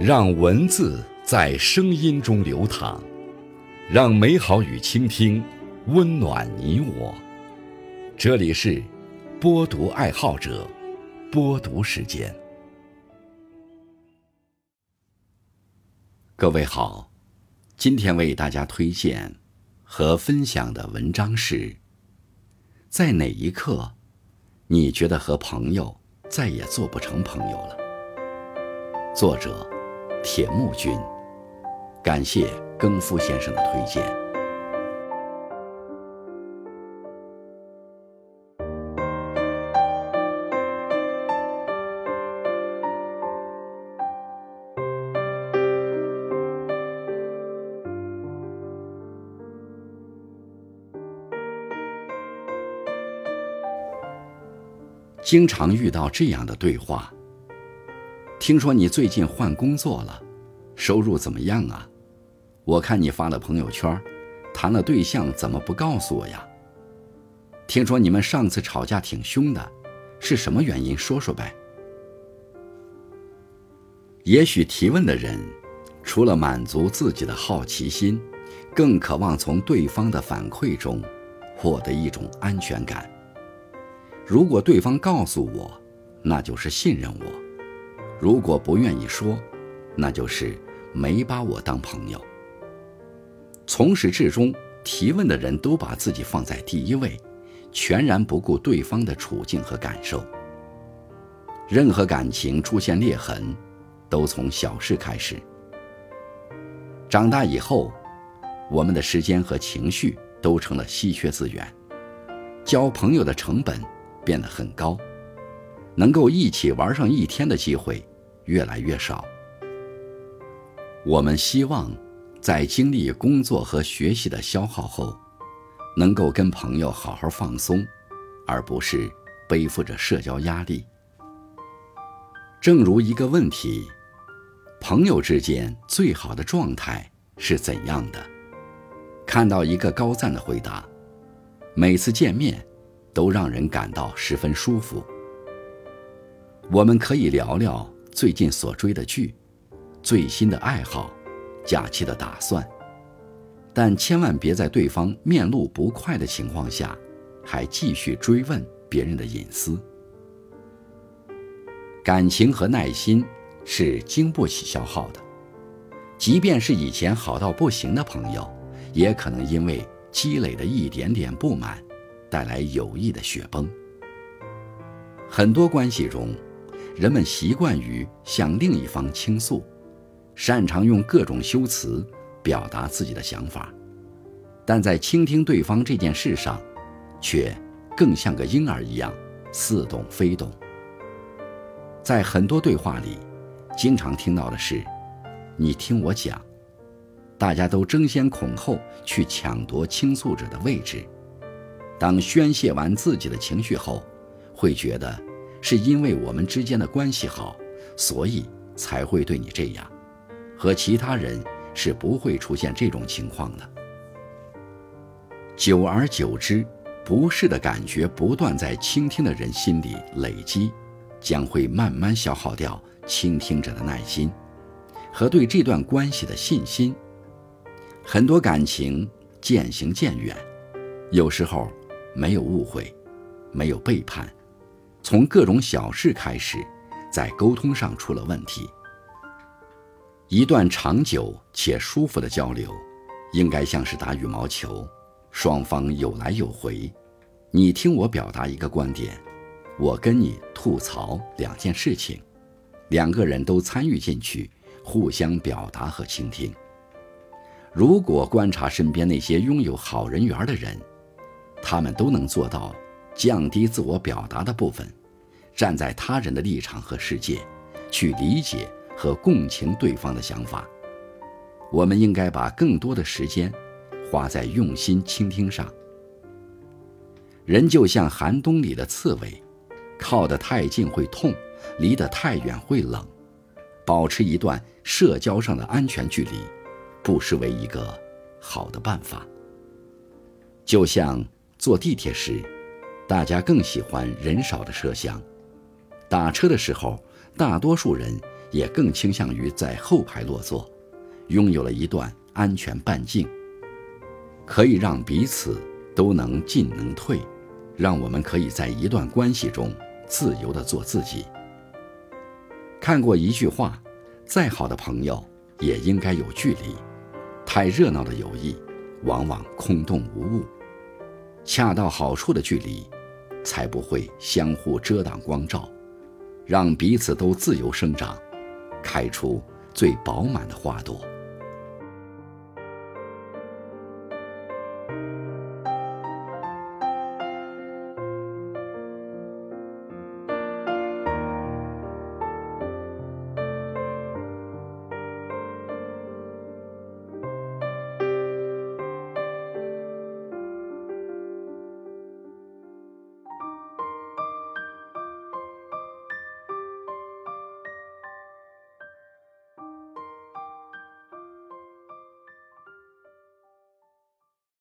让文字在声音中流淌，让美好与倾听温暖你我。这里是播读爱好者播读时间。各位好，今天为大家推荐和分享的文章是：在哪一刻你觉得和朋友再也做不成朋友了？作者铁木君，感谢更夫先生的推荐。经常遇到这样的对话：听说你最近换工作了，收入怎么样啊？我看你发了朋友圈，谈了对象怎么不告诉我呀？听说你们上次吵架挺凶的，是什么原因？说说呗。也许提问的人除了满足自己的好奇心，更渴望从对方的反馈中获得一种安全感。如果对方告诉我，那就是信任我；如果不愿意说，那就是没把我当朋友。从始至终，提问的人都把自己放在第一位，全然不顾对方的处境和感受。任何感情出现裂痕，都从小事开始。长大以后，我们的时间和情绪都成了稀缺资源，交朋友的成本变得很高，能够一起玩上一天的机会越来越少。我们希望在经历工作和学习的消耗后，能够跟朋友好好放松，而不是背负着社交压力。正如一个问题：朋友之间最好的状态是怎样的？看到一个高赞的回答：每次见面都让人感到十分舒服。我们可以聊聊最近所追的剧，最新的爱好，假期的打算，但千万别在对方面露不快的情况下，还继续追问别人的隐私。感情和耐心是经不起消耗的，即便是以前好到不行的朋友，也可能因为积累的一点点不满，带来友谊的雪崩。很多关系中，人们习惯于向另一方倾诉，擅长用各种修辞表达自己的想法，但在倾听对方这件事上，却更像个婴儿一样似懂非懂。在很多对话里，经常听到的是你听我讲，大家都争先恐后去抢夺倾诉者的位置。当宣泄完自己的情绪后，会觉得是因为我们之间的关系好，所以才会对你这样，和其他人是不会出现这种情况的。久而久之，不适的感觉不断在倾听的人心里累积，将会慢慢消耗掉倾听者的耐心和对这段关系的信心。很多感情渐行渐远，有时候没有误会，没有背叛，从各种小事开始，在沟通上出了问题。一段长久且舒服的交流，应该像是打羽毛球，双方有来有回，你听我表达一个观点，我跟你吐槽两件事情，两个人都参与进去，互相表达和倾听。如果观察身边那些拥有好人缘的人，他们都能做到降低自我表达的部分，站在他人的立场和世界，去理解和共情对方的想法。我们应该把更多的时间花在用心倾听上。人就像寒冬里的刺猬，靠得太近会痛，离得太远会冷。保持一段社交上的安全距离，不失为一个好的办法。就像坐地铁时，大家更喜欢人少的车厢，打车的时候，大多数人也更倾向于在后排落座，拥有了一段安全半径，可以让彼此都能进能退，让我们可以在一段关系中自由地做自己。看过一句话，再好的朋友也应该有距离，太热闹的友谊往往空洞无物，恰到好处的距离才不会相互遮挡光照，让彼此都自由生长，开出最饱满的花朵。